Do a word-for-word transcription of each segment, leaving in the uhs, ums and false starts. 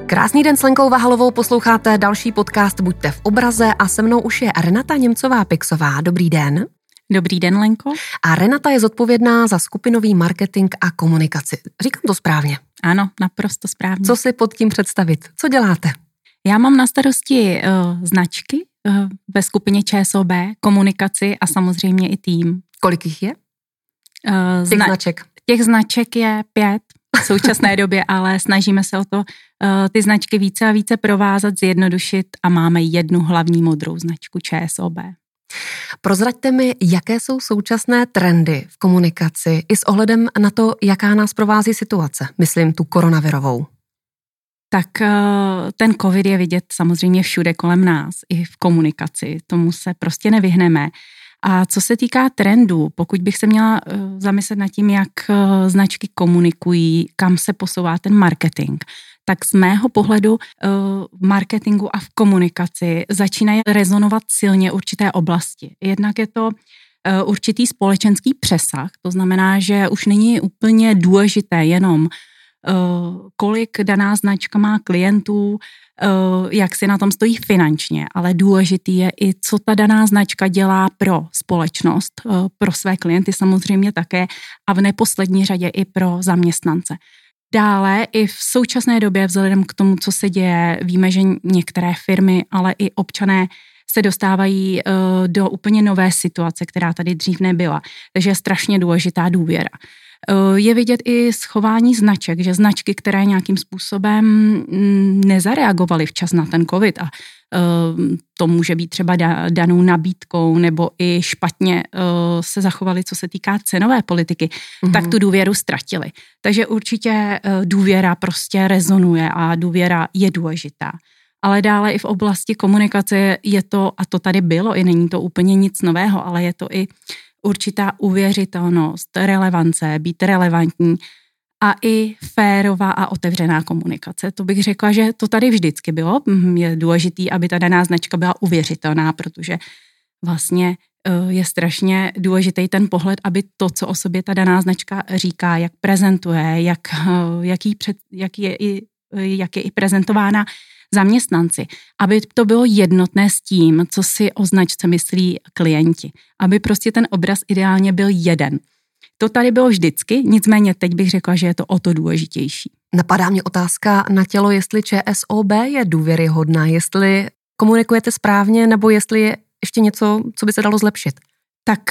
Krásný den s Lenkou Vahalovou, posloucháte další podcast Buďte v obraze a se mnou už je Renata Němcová-Pixová. Dobrý den. Dobrý den, Lenko. A Renata je zodpovědná za skupinový marketing a komunikaci. Říkám to správně? Ano, naprosto správně. Co si pod tím představit? Co děláte? Já mám na starosti uh, značky uh, ve skupině ČSOB, komunikaci a samozřejmě i tým. Kolik jich je? Uh, těch zna- značek? Těch značek je pět v současné době, ale snažíme se o to uh, ty značky více a více provázat, zjednodušit a máme jednu hlavní modrou značku ČSOB. Prozraďte mi, jaké jsou současné trendy v komunikaci i s ohledem na to, jaká nás provází situace, myslím tu koronavirovou. Tak ten covid je vidět samozřejmě všude kolem nás, i v komunikaci, tomu se prostě nevyhneme. A co se týká trendů, pokud bych se měla zamyslet nad tím, jak značky komunikují, kam se posouvá ten marketing, tak z mého pohledu v marketingu a v komunikaci začínají rezonovat silně určité oblasti. Jednak je to určitý společenský přesah, to znamená, že už není úplně důležité jenom kolik daná značka má klientů, jak si na tom stojí finančně, ale důležitý je i, co ta daná značka dělá pro společnost, pro své klienty samozřejmě také a v neposlední řadě i pro zaměstnance. Dále i v současné době vzhledem k tomu, co se děje, víme, že některé firmy, ale i občané se dostávají do úplně nové situace, která tady dřív nebyla. Takže je strašně důležitá důvěra. Je vidět i schování značek, že značky, které nějakým způsobem nezareagovaly včas na ten covid a to může být třeba danou nabídkou nebo i špatně se zachovaly, co se týká cenové politiky, mm-hmm. tak tu důvěru ztratili. Takže určitě důvěra prostě rezonuje a důvěra je důležitá. Ale dále i v oblasti komunikace je to, a to tady bylo, i není to úplně nic nového, ale je to i určitá uvěřitelnost, relevance, být relevantní a i férová a otevřená komunikace. To bych řekla, že to tady vždycky bylo. Je důležitý, aby ta daná značka byla uvěřitelná, protože vlastně je strašně důležitý ten pohled, aby to, co o sobě ta daná značka říká, jak prezentuje, jak, jak, jí před, jak, je, i, jak je i prezentována zaměstnanci, aby to bylo jednotné s tím, co si o značce myslí klienti. Aby prostě ten obraz ideálně byl jeden. To tady bylo vždycky, nicméně teď bych řekla, že je to o to důležitější. Napadá mě otázka na tělo, jestli ČSOB je důvěryhodná, jestli komunikujete správně, nebo jestli je ještě něco, co by se dalo zlepšit. Tak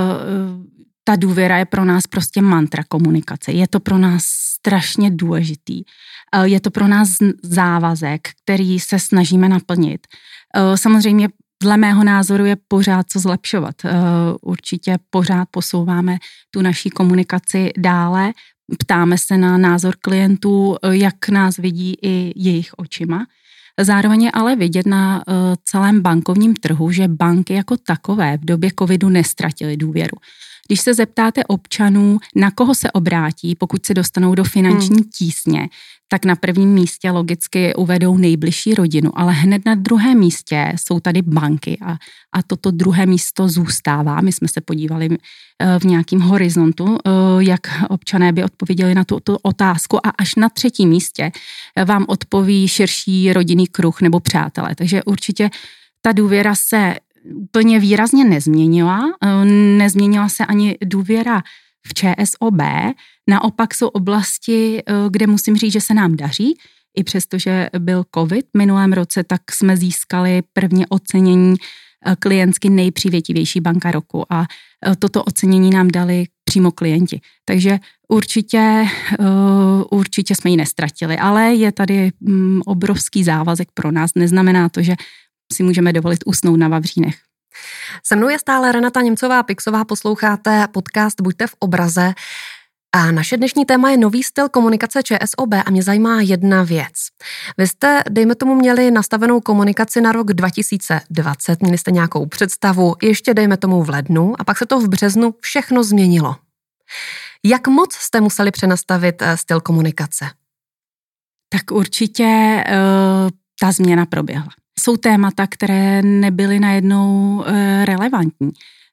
ta důvěra je pro nás prostě mantra komunikace. Je to pro nás strašně důležitý. Je to pro nás závazek, který se snažíme naplnit. Samozřejmě dle mého názoru je pořád co zlepšovat. Určitě pořád posouváme tu naší komunikaci dále. Ptáme se na názor klientů, jak nás vidí i jejich očima. Zároveň je ale vidět na celém bankovním trhu, že banky jako takové v době covidu nestratily důvěru. Když se zeptáte občanů, na koho se obrátí, pokud se dostanou do finanční hmm. tísně, tak na prvním místě logicky uvedou nejbližší rodinu, ale hned na druhém místě jsou tady banky a, a toto druhé místo zůstává. My jsme se podívali v nějakém horizontu, jak občané by odpověděli na tu, tu otázku a až na třetím místě vám odpoví širší rodinný kruh nebo přátelé. Takže určitě ta důvěra se úplně výrazně nezměnila. Nezměnila se ani důvěra v ČSOB. Naopak jsou oblasti, kde musím říct, že se nám daří. I přesto, že byl covid v minulém roce, tak jsme získali první ocenění klientsky nejpřívětivější banka roku a toto ocenění nám dali přímo klienti. Takže určitě, určitě jsme ji nestratili, ale je tady obrovský závazek pro nás. Neznamená to, že si můžeme dovolit usnout na vavřínech. Se mnou je stále Renata Němcová-Pixová, posloucháte podcast Buďte v obraze a naše dnešní téma je nový styl komunikace ČSOB a mě zajímá jedna věc. Vy jste, dejme tomu, měli nastavenou komunikaci na rok dva tisíce dvacet, měli jste nějakou představu, ještě dejme tomu v lednu a pak se to v březnu všechno změnilo. Jak moc jste museli přenastavit styl komunikace? Tak určitě uh, ta změna proběhla. Jsou témata, které nebyly najednou relevantní.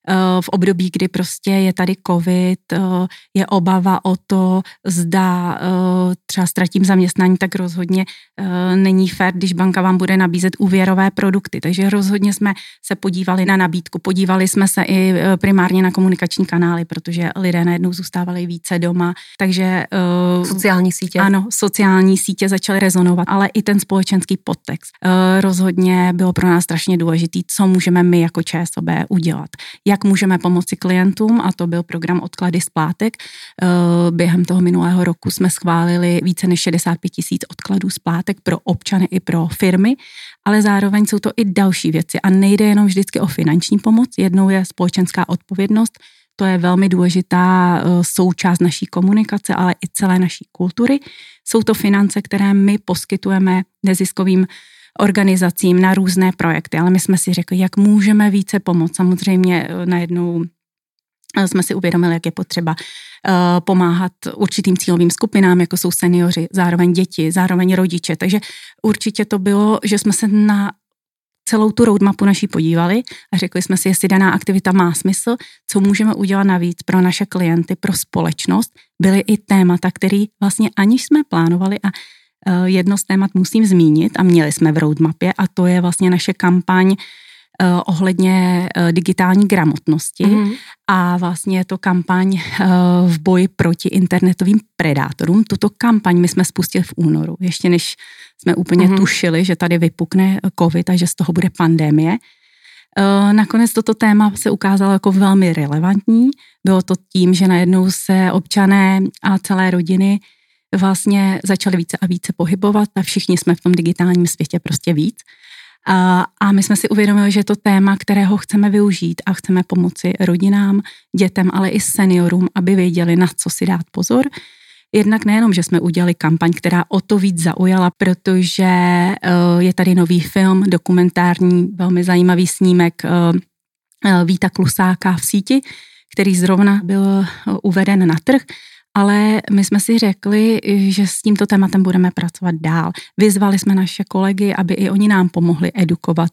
v období, kdy prostě je tady covid, je obava o to, zda třeba ztratím zaměstnání, tak rozhodně není fér, když banka vám bude nabízet úvěrové produkty. Takže rozhodně jsme se podívali na nabídku, podívali jsme se i primárně na komunikační kanály, protože lidé najednou zůstávali více doma. Takže sociální sítě. Ano, sociální sítě začaly rezonovat, ale i ten společenský podtext. Rozhodně bylo pro nás strašně důležitý, co můžeme my jako ČSOB udělat. Jak můžeme pomoci klientům, a to byl program odklady splátek. Během toho minulého roku jsme schválili více než šedesát pět tisíc odkladů splátek pro občany i pro firmy, ale zároveň jsou to i další věci a nejde jenom vždycky o finanční pomoc, jednou je společenská odpovědnost, to je velmi důležitá součást naší komunikace, ale i celé naší kultury. Jsou to finance, které my poskytujeme neziskovým organizacím na různé projekty, ale my jsme si řekli, jak můžeme více pomoct. Samozřejmě najednou jsme si uvědomili, jak je potřeba pomáhat určitým cílovým skupinám, jako jsou seniori, zároveň děti, zároveň rodiče. Takže určitě to bylo, že jsme se na celou tu roadmapu naší podívali a řekli jsme si, jestli daná aktivita má smysl, co můžeme udělat navíc pro naše klienty, pro společnost. Byly i témata, které vlastně aniž jsme plánovali a jedno z témat musím zmínit a měli jsme v roadmapě a to je vlastně naše kampaň Uh, ohledně uh, digitální gramotnosti mm. a vlastně je to kampaň uh, v boji proti internetovým predátorům. Tuto kampaň my jsme spustili v únoru, ještě než jsme úplně mm. tušili, že tady vypukne covid a že z toho bude pandemie. Uh, nakonec toto téma se ukázalo jako velmi relevantní. Bylo to tím, že najednou se občané a celé rodiny vlastně začali více a více pohybovat a všichni jsme v tom digitálním světě prostě víc. A, a my jsme si uvědomili, že je to téma, kterého chceme využít a chceme pomoci rodinám, dětem, ale i seniorům, aby věděli, na co si dát pozor. Jednak nejenom, že jsme udělali kampaň, která o to víc zaujala, protože uh, je tady nový film, dokumentární, velmi zajímavý snímek uh, Víta Klusáka v síti, který zrovna byl uh, uveden na trh. Ale my jsme si řekli, že s tímto tématem budeme pracovat dál. Vyzvali jsme naše kolegy, aby i oni nám pomohli edukovat.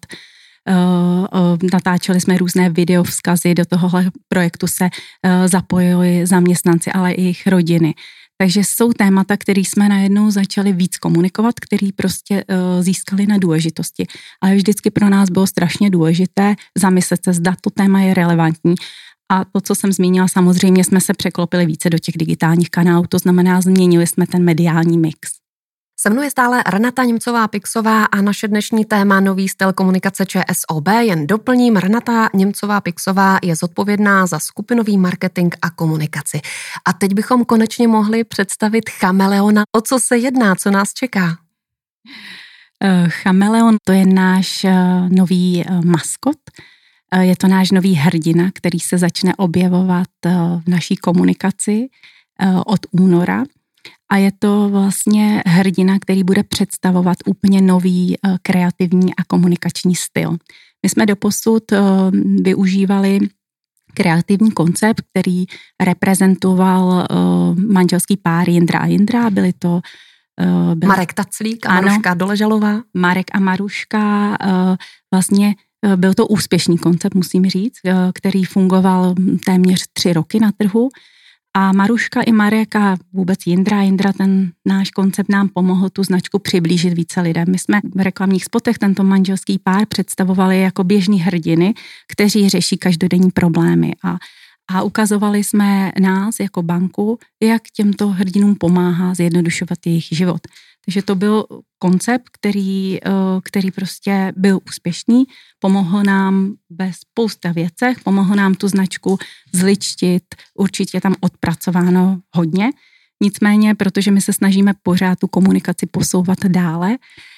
Natáčeli jsme různé videovzkazy, do tohohle projektu se zapojili zaměstnanci, ale i jejich rodiny. Takže jsou témata, které jsme najednou začali víc komunikovat, které prostě získali na důležitosti. Ale vždycky pro nás bylo strašně důležité zamyslet se, zda to téma je relevantní. A to, co jsem zmínila, samozřejmě jsme se překlopili více do těch digitálních kanálů, to znamená, změnili jsme ten mediální mix. Se mnou je stále Renata Němcová-Pixová a naše dnešní téma nový styl komunikace ČSOB. Jen doplním, Renata Němcová-Pixová je zodpovědná za skupinový marketing a komunikaci. A teď bychom konečně mohli představit chameleona. O co se jedná, co nás čeká? Chameleon, to je náš nový maskot. Je to náš nový hrdina, který se začne objevovat v naší komunikaci od února. A je to vlastně hrdina, který bude představovat úplně nový kreativní a komunikační styl. My jsme doposud využívali kreativní koncept, který reprezentoval manželský pár Jindra a Jindra. Byli to byli... Marek Taclík a ano, Maruška Doležalová. Marek a Maruška vlastně byl to úspěšný koncept, musím říct, který fungoval téměř tři roky na trhu. A Maruška i Marek a vůbec Jindra, Jindra, ten náš koncept nám pomohl tu značku přiblížit více lidem. My jsme v reklamních spotech tento manželský pár představovali jako běžný hrdiny, kteří řeší každodenní problémy a, a ukazovali jsme nás jako banku, jak těmto hrdinům pomáhá zjednodušovat jejich život. Takže to byl koncept, který, který prostě byl úspěšný, pomohl nám ve spousta věcech, pomohl nám tu značku zličtit, určitě tam odpracováno hodně. Nicméně, protože my se snažíme pořád tu komunikaci posouvat dále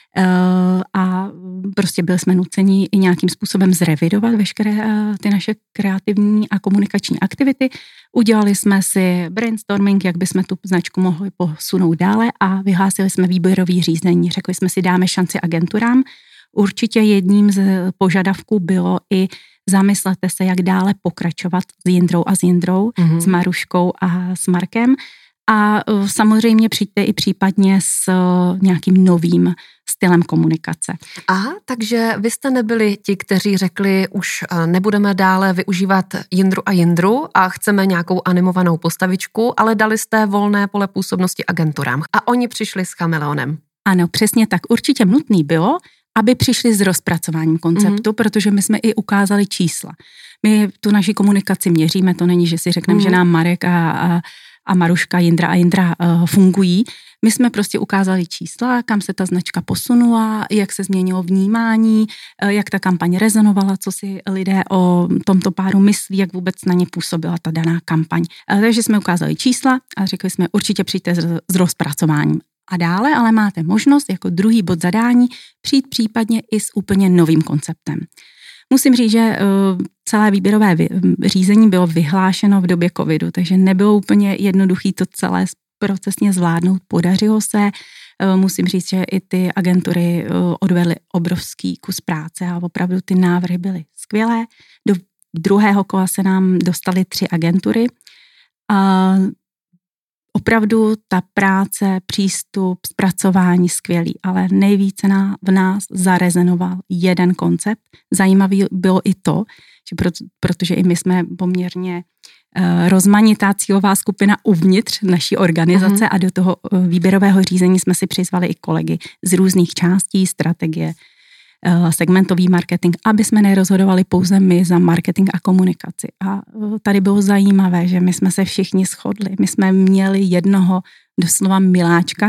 a prostě byli jsme nuceni i nějakým způsobem zrevidovat veškeré ty naše kreativní a komunikační aktivity. Udělali jsme si brainstorming, jak bychom tu značku mohli posunout dále a vyhlásili jsme výběrový řízení. Řekli jsme si, dáme šanci agenturám. Určitě jedním z požadavků bylo i zamyslete se, jak dále pokračovat s Jindrou a s Jindrou, mm-hmm. s Maruškou a s Markem. A samozřejmě přijďte i případně s nějakým novým stylem komunikace. Aha, takže vy jste nebyli ti, kteří řekli, už nebudeme dále využívat Jindru a Jindru a chceme nějakou animovanou postavičku, ale dali jste volné pole působnosti agenturám a oni přišli s chameleonem. Ano, přesně tak. Určitě nutný bylo, aby přišli s rozpracováním konceptu, mm. protože my jsme i ukázali čísla. My tu naši komunikaci měříme, to není, že si řekneme, mm. že nám Marek a, a, a Maruška, Jindra a Jindra uh, fungují. My jsme prostě ukázali čísla, kam se ta značka posunula, jak se změnilo vnímání, uh, jak ta kampaň rezonovala, co si lidé o tomto páru myslí, jak vůbec na ně působila ta daná kampaň. Uh, takže jsme ukázali čísla a řekli jsme, určitě přijďte s, s rozpracováním. A dále ale máte možnost jako druhý bod zadání přijít případně i s úplně novým konceptem. Musím říct, že uh, celé výběrové vy, řízení bylo vyhlášeno v době covidu, takže nebylo úplně jednoduché to celé procesně zvládnout. Podařilo se. Uh, musím říct, že i ty agentury uh, odvedly obrovský kus práce a opravdu ty návrhy byly skvělé. Do druhého kola se nám dostaly tři agentury a opravdu ta práce, přístup, zpracování skvělý, ale nejvíce na, v nás zarezonoval jeden koncept. Zajímavý bylo i to, že proto, protože i my jsme poměrně uh, rozmanitá cílová skupina uvnitř naší organizace mm. a do toho uh, výběrového řízení jsme si přizvali i kolegy z různých částí, strategie, uh, segmentový marketing, aby jsme nerozhodovali pouze my za marketing a komunikaci. A uh, tady bylo zajímavé, že my jsme se všichni shodli. My jsme měli jednoho doslova miláčka,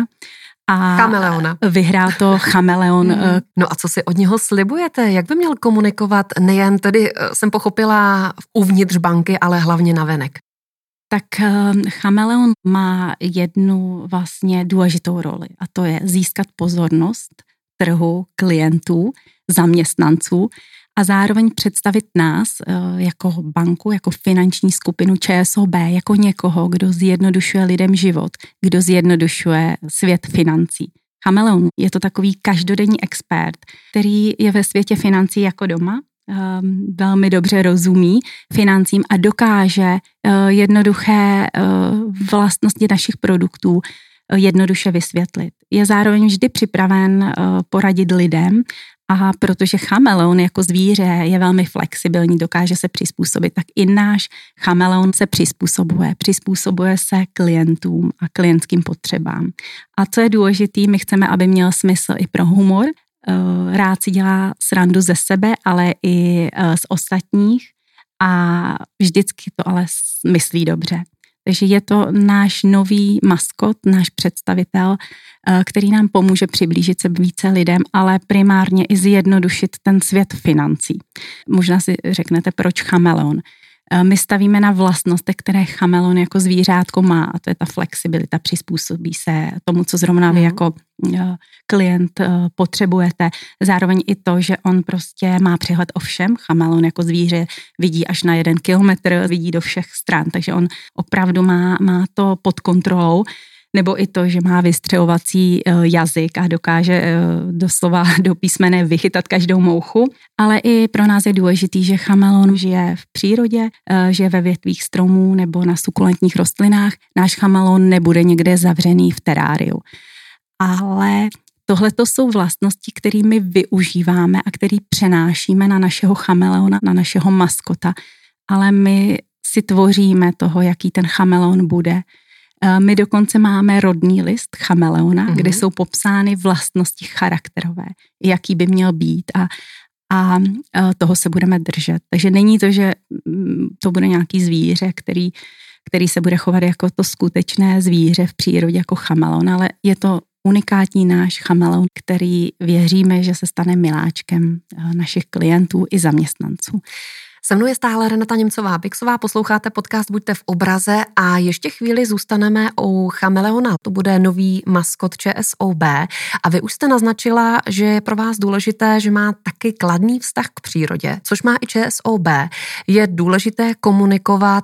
a chameleona. Vyhrál to chameleon. Hmm. No a co si od něho slibujete? Jak by měl komunikovat nejen tedy, jsem pochopila, uvnitř banky, ale hlavně navenek? Tak chameleon má jednu vlastně důležitou roli a to je získat pozornost trhu, klientů, zaměstnanců a zároveň představit nás jako banku, jako finanční skupinu ČSOB, jako někoho, kdo zjednodušuje lidem život, kdo zjednodušuje svět financí. Chameleon je to takový každodenní expert, který je ve světě financí jako doma, velmi dobře rozumí financím a dokáže jednoduché vlastnosti našich produktů jednoduše vysvětlit. Je zároveň vždy připraven poradit lidem a protože chameleon jako zvíře je velmi flexibilní, dokáže se přizpůsobit, tak i náš chameleon se přizpůsobuje. Přizpůsobuje se klientům a klientským potřebám. A co je důležité, my chceme, aby měl smysl i pro humor. Rád si dělá srandu ze sebe, ale i z ostatních a vždycky to ale myslí dobře. Takže je to náš nový maskot, náš představitel, který nám pomůže přiblížit se více lidem, ale primárně i zjednodušit ten svět financí. Možná si řeknete, proč chameleon. My stavíme na vlastnostech, které chameleon jako zvířátko má a to je ta flexibilita, přizpůsobí se tomu, co zrovna vy jako klient potřebujete. Zároveň i to, že on prostě má přehled o všem. Chameleon jako zvíře vidí až na jeden kilometr, vidí do všech stran, takže on opravdu má, má to pod kontrolou. Nebo i to, že má vystřelovací jazyk a dokáže doslova do písmene vychytat každou mouchu. Ale i pro nás je důležitý, že chameleon žije v přírodě, žije ve větvích stromů nebo na sukulentních rostlinách. Náš chameleon nebude někde zavřený v teráriu. Ale tohle to jsou vlastnosti, které my využíváme a které přenášíme na našeho chameleona, na našeho maskota. Ale my si tvoříme toho, jaký ten chameleon bude. My dokonce máme rodný list chameleona, mm-hmm. kde jsou popsány vlastnosti charakterové, jaký by měl být a, a toho se budeme držet. Takže není to, že to bude nějaký zvíře, který, který se bude chovat jako to skutečné zvíře v přírodě jako chameleon, ale je to unikátní náš chameleon, který věříme, že se stane miláčkem našich klientů i zaměstnanců. Se mnou je stále Renata Němcová-Pixová, posloucháte podcast Buďte v obraze a ještě chvíli zůstaneme u chameleona. To bude nový maskot ČSOB a vy už jste naznačila, že je pro vás důležité, že má taky kladný vztah k přírodě, což má i ČSOB. Je důležité komunikovat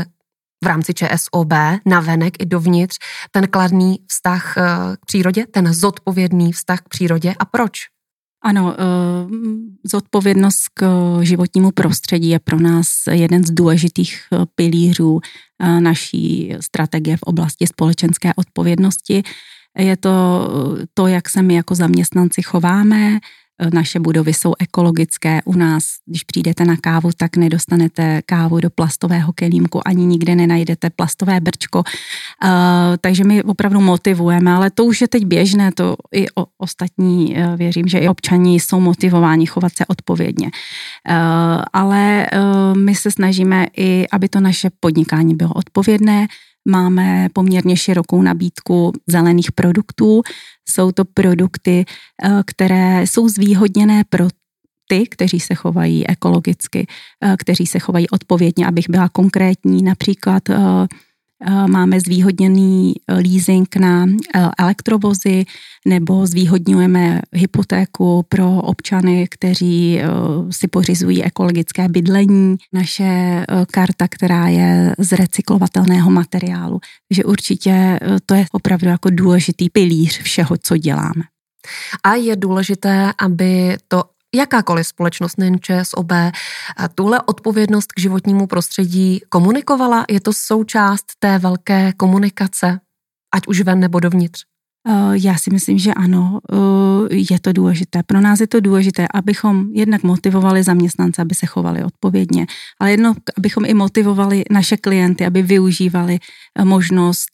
v rámci ČSOB navenek i dovnitř ten kladný vztah k přírodě, ten zodpovědný vztah k přírodě a proč? Ano, zodpovědnost k životnímu prostředí je pro nás jeden z důležitých pilířů naší strategie v oblasti společenské odpovědnosti. Je to to, jak se my jako zaměstnanci chováme. Naše budovy jsou ekologické. U nás, když přijdete na kávu, tak nedostanete kávu do plastového kelímku, ani nikde nenajdete plastové brčko. Uh, takže my opravdu motivujeme, ale to už je teď běžné, to i o, ostatní, uh, věřím, že i občani jsou motivováni chovat se odpovědně. Uh, ale uh, my se snažíme i, aby to naše podnikání bylo odpovědné. Máme poměrně širokou nabídku zelených produktů. Jsou to produkty, které jsou zvýhodněné pro ty, kteří se chovají ekologicky, kteří se chovají odpovědně, abych byla konkrétní. Například máme zvýhodněný leasing na elektrovozy nebo zvýhodňujeme hypotéku pro občany, kteří si pořizují ekologické bydlení. Naše karta, která je z recyklovatelného materiálu. Takže určitě to je opravdu jako důležitý pilíř všeho, co děláme. A je důležité, aby to jakákoliv společnost, nejen ČSOB, tuhle odpovědnost k životnímu prostředí komunikovala? Je to součást té velké komunikace, ať už ven nebo dovnitř? Já si myslím, že ano, je to důležité. Pro nás je to důležité, abychom jednak motivovali zaměstnance, aby se chovali odpovědně, ale jedno, abychom i motivovali naše klienty, aby využívali možnost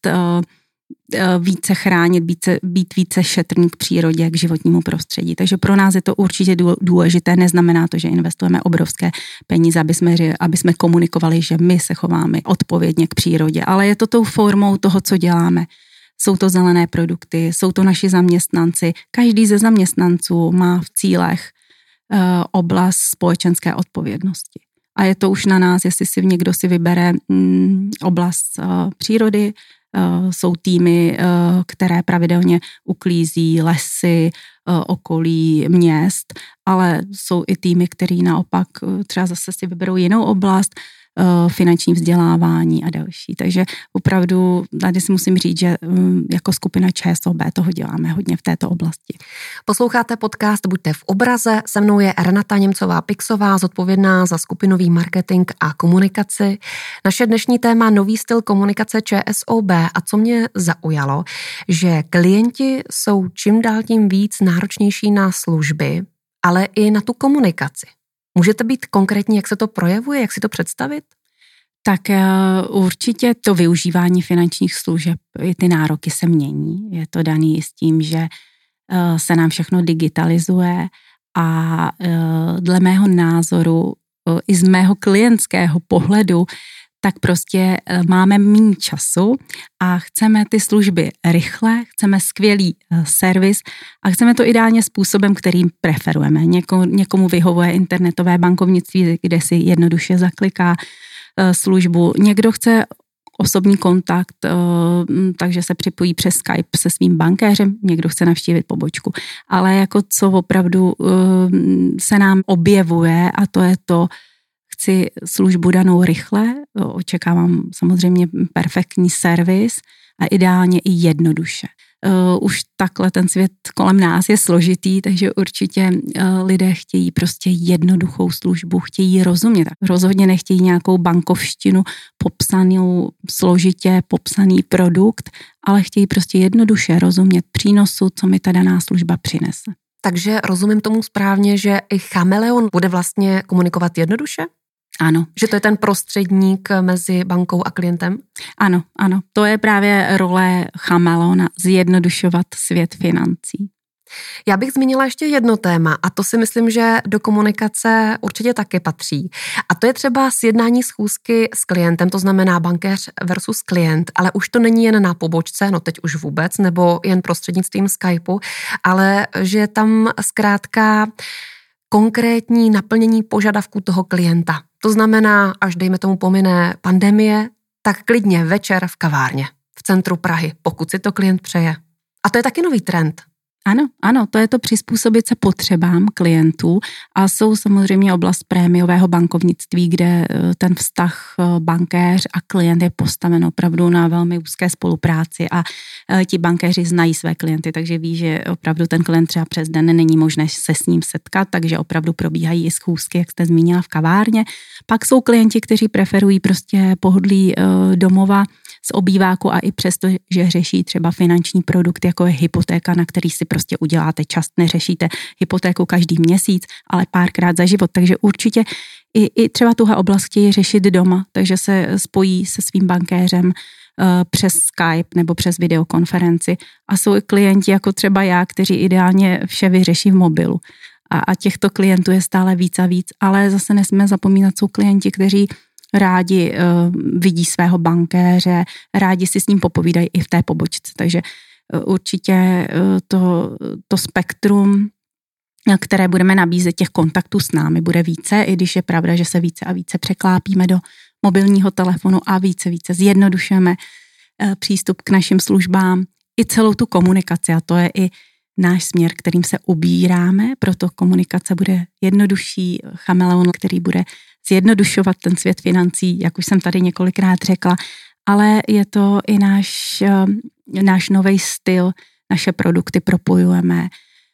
více chránit, více, být více šetrný k přírodě, k životnímu prostředí. Takže pro nás je to určitě důležité. Neznamená to, že investujeme obrovské peníze, aby jsme, aby jsme komunikovali, že my se chováme odpovědně k přírodě, ale je to tou formou toho, co děláme. Jsou to zelené produkty, jsou to naši zaměstnanci. Každý ze zaměstnanců má v cílech uh, oblast společenské odpovědnosti. A je to už na nás, jestli si někdo si vybere um, oblast uh, přírody. Uh, jsou týmy, uh, které pravidelně uklízí lesy, uh, okolí měst, ale jsou i týmy, které naopak uh, třeba zase si vyberou jinou oblast, finanční vzdělávání a další. Takže opravdu tady si musím říct, že jako skupina ČSOB toho děláme hodně v této oblasti. Posloucháte podcast Buďte v obraze. Se mnou je Renata Němcová-Pixová, zodpovědná za skupinový marketing a komunikaci. Naše dnešní téma nový styl komunikace ČSOB a co mě zaujalo, že klienti jsou čím dál tím víc náročnější na služby, ale i na tu komunikaci. Můžete být konkrétní, jak se to projevuje, jak si to představit? Tak určitě to využívání finančních služeb, ty nároky se mění. Je to daný s tím, že se nám všechno digitalizuje a dle mého názoru i z mého klientského pohledu tak prostě máme méně času a chceme ty služby rychle, chceme skvělý servis a chceme to ideálně způsobem, kterým preferujeme. Něko, někomu vyhovuje internetové bankovnictví, kde si jednoduše zakliká službu. Někdo chce osobní kontakt, takže se připojí přes Skype se svým bankéřem, někdo chce navštívit pobočku. Ale jako co opravdu se nám objevuje a to je to, chci službu danou rychle, očekávám samozřejmě perfektní servis a ideálně i jednoduše. Už takhle ten svět kolem nás je složitý, takže určitě lidé chtějí prostě jednoduchou službu, chtějí rozumět. Rozhodně nechtějí nějakou bankovštinu, popsanou, složitě popsaný produkt, ale chtějí prostě jednoduše rozumět přínosu, co mi ta daná služba přinese. Takže rozumím tomu správně, že i chameleon bude vlastně komunikovat jednoduše? Ano. Že to je ten prostředník mezi bankou a klientem? Ano, ano. To je právě role chameleona, zjednodušovat svět financí. Já bych zmínila ještě jedno téma a to si myslím, že do komunikace určitě taky patří. A to je třeba sjednání schůzky s klientem, to znamená bankéř versus klient, ale už to není jen na pobočce, no teď už vůbec, nebo jen prostřednictvím Skypeu, ale že tam zkrátka konkrétní naplnění požadavků toho klienta. To znamená, až dejme tomu pomine pandemie, tak klidně večer v kavárně, v centru Prahy, pokud si to klient přeje. A to je taky nový trend. Ano, ano, to je to přizpůsobit se potřebám klientů a jsou samozřejmě oblast prémiového bankovnictví, kde ten vztah bankéř a klient je postaven opravdu na velmi úzké spolupráci a ti bankéři znají své klienty, takže ví, že opravdu ten klient třeba přes den není možné se s ním setkat, takže opravdu probíhají i schůzky, jak jste zmínila, v kavárně. Pak jsou klienti, kteří preferují prostě pohodlí domova z obýváku a i přesto, že řeší třeba finanční produkt, jako je hypotéka, na který si prostě uděláte čas, neřešíte hypotéku každý měsíc, ale párkrát za život, takže určitě i, i třeba tuhle oblast chtějí řešit doma, takže se spojí se svým bankéřem uh, přes Skype nebo přes videokonferenci a jsou i klienti jako třeba já, kteří ideálně vše vyřeší v mobilu a, a těchto klientů je stále víc a víc, ale zase nesmíme zapomínat, jsou klienti, kteří rádi uh, vidí svého bankéře, rádi si s ním popovídají i v té pobočce, takže uh, určitě uh, to, to spektrum, které budeme nabízet těch kontaktů s námi, bude více, i když je pravda, že se více a více překlápíme do mobilního telefonu a více více zjednodušujeme uh, přístup k našim službám i celou tu komunikaci a to je i náš směr, kterým se ubíráme, proto komunikace bude jednodušší, chameleon, který bude zjednodušovat ten svět financí, jak už jsem tady několikrát řekla, ale je to i náš, náš nový styl, naše produkty propojujeme.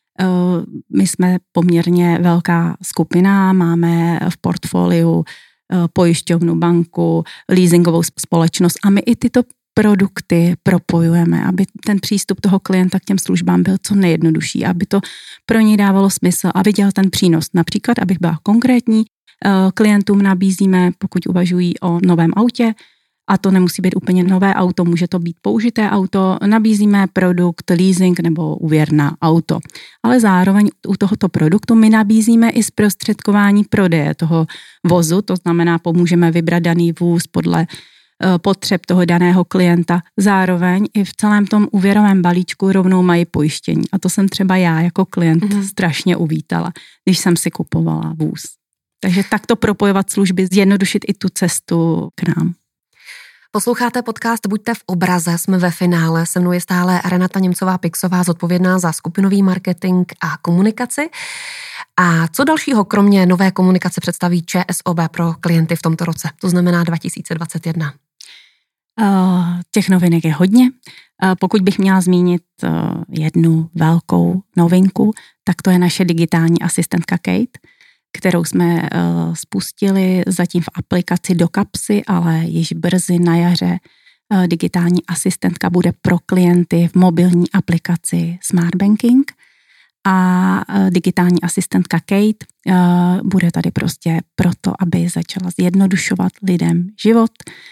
My jsme poměrně velká skupina, máme v portfoliu pojišťovnu, banku, leasingovou společnost a my i tyto produkty propojujeme, aby ten přístup toho klienta k těm službám byl co nejjednodušší, aby to pro něj dávalo smysl a viděl ten přínos. Například, abych byla konkrétní, klientům nabízíme, pokud uvažují o novém autě, a to nemusí být úplně nové auto, může to být použité auto, nabízíme produkt leasing nebo úvěr na auto. Ale zároveň u tohoto produktu my nabízíme i zprostředkování prodeje toho vozu, to znamená, pomůžeme vybrat daný vůz podle potřeb toho daného klienta. Zároveň i v celém tom úvěrovém balíčku rovnou mají pojištění. A to jsem třeba já jako klient mm-hmm. strašně uvítala, když jsem si kupovala vůz. Takže takto propojovat služby, zjednodušit i tu cestu k nám. Posloucháte podcast Buďte v obraze, jsme ve finále. Se mnou je stále Renata Němcová-Pixová, zodpovědná za skupinový marketing a komunikaci. A co dalšího kromě nové komunikace představí ČSOB pro klienty v tomto roce, to znamená dva tisíce dvacet jedna? Uh, těch novinek je hodně. Uh, pokud bych měla zmínit uh, jednu velkou novinku, tak to je naše digitální asistentka Kate, kterou jsme uh, spustili zatím v aplikaci do kapsy, ale již brzy na jaře uh, digitální asistentka bude pro klienty v mobilní aplikaci Smart Banking a uh, digitální asistentka Kate uh, bude tady prostě proto, aby začala zjednodušovat lidem život,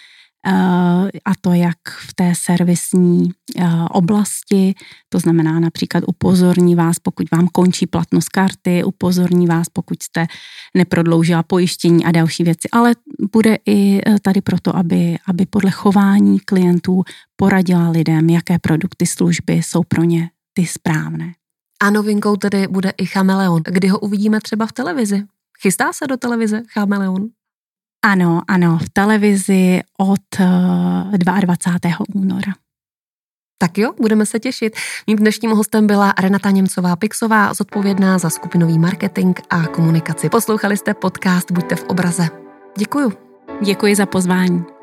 a to jak v té servisní oblasti, to znamená například upozorní vás, pokud vám končí platnost karty, upozorní vás, pokud jste neprodloužila pojištění a další věci, ale bude i tady proto, aby, aby podle chování klientů poradila lidem, jaké produkty, služby jsou pro ně ty správné. A novinkou tedy bude i chameleon. Kdy ho uvidíme třeba v televizi? Chystá se do televize chameleon? Ano, ano, v televizi od dvacátého druhého února. Tak jo, budeme se těšit. Mým dnešním hostem byla Renata Němcová-Pixová, zodpovědná za skupinový marketing a komunikaci. Poslouchali jste podcast Buďte v obraze. Děkuju. Děkuji za pozvání.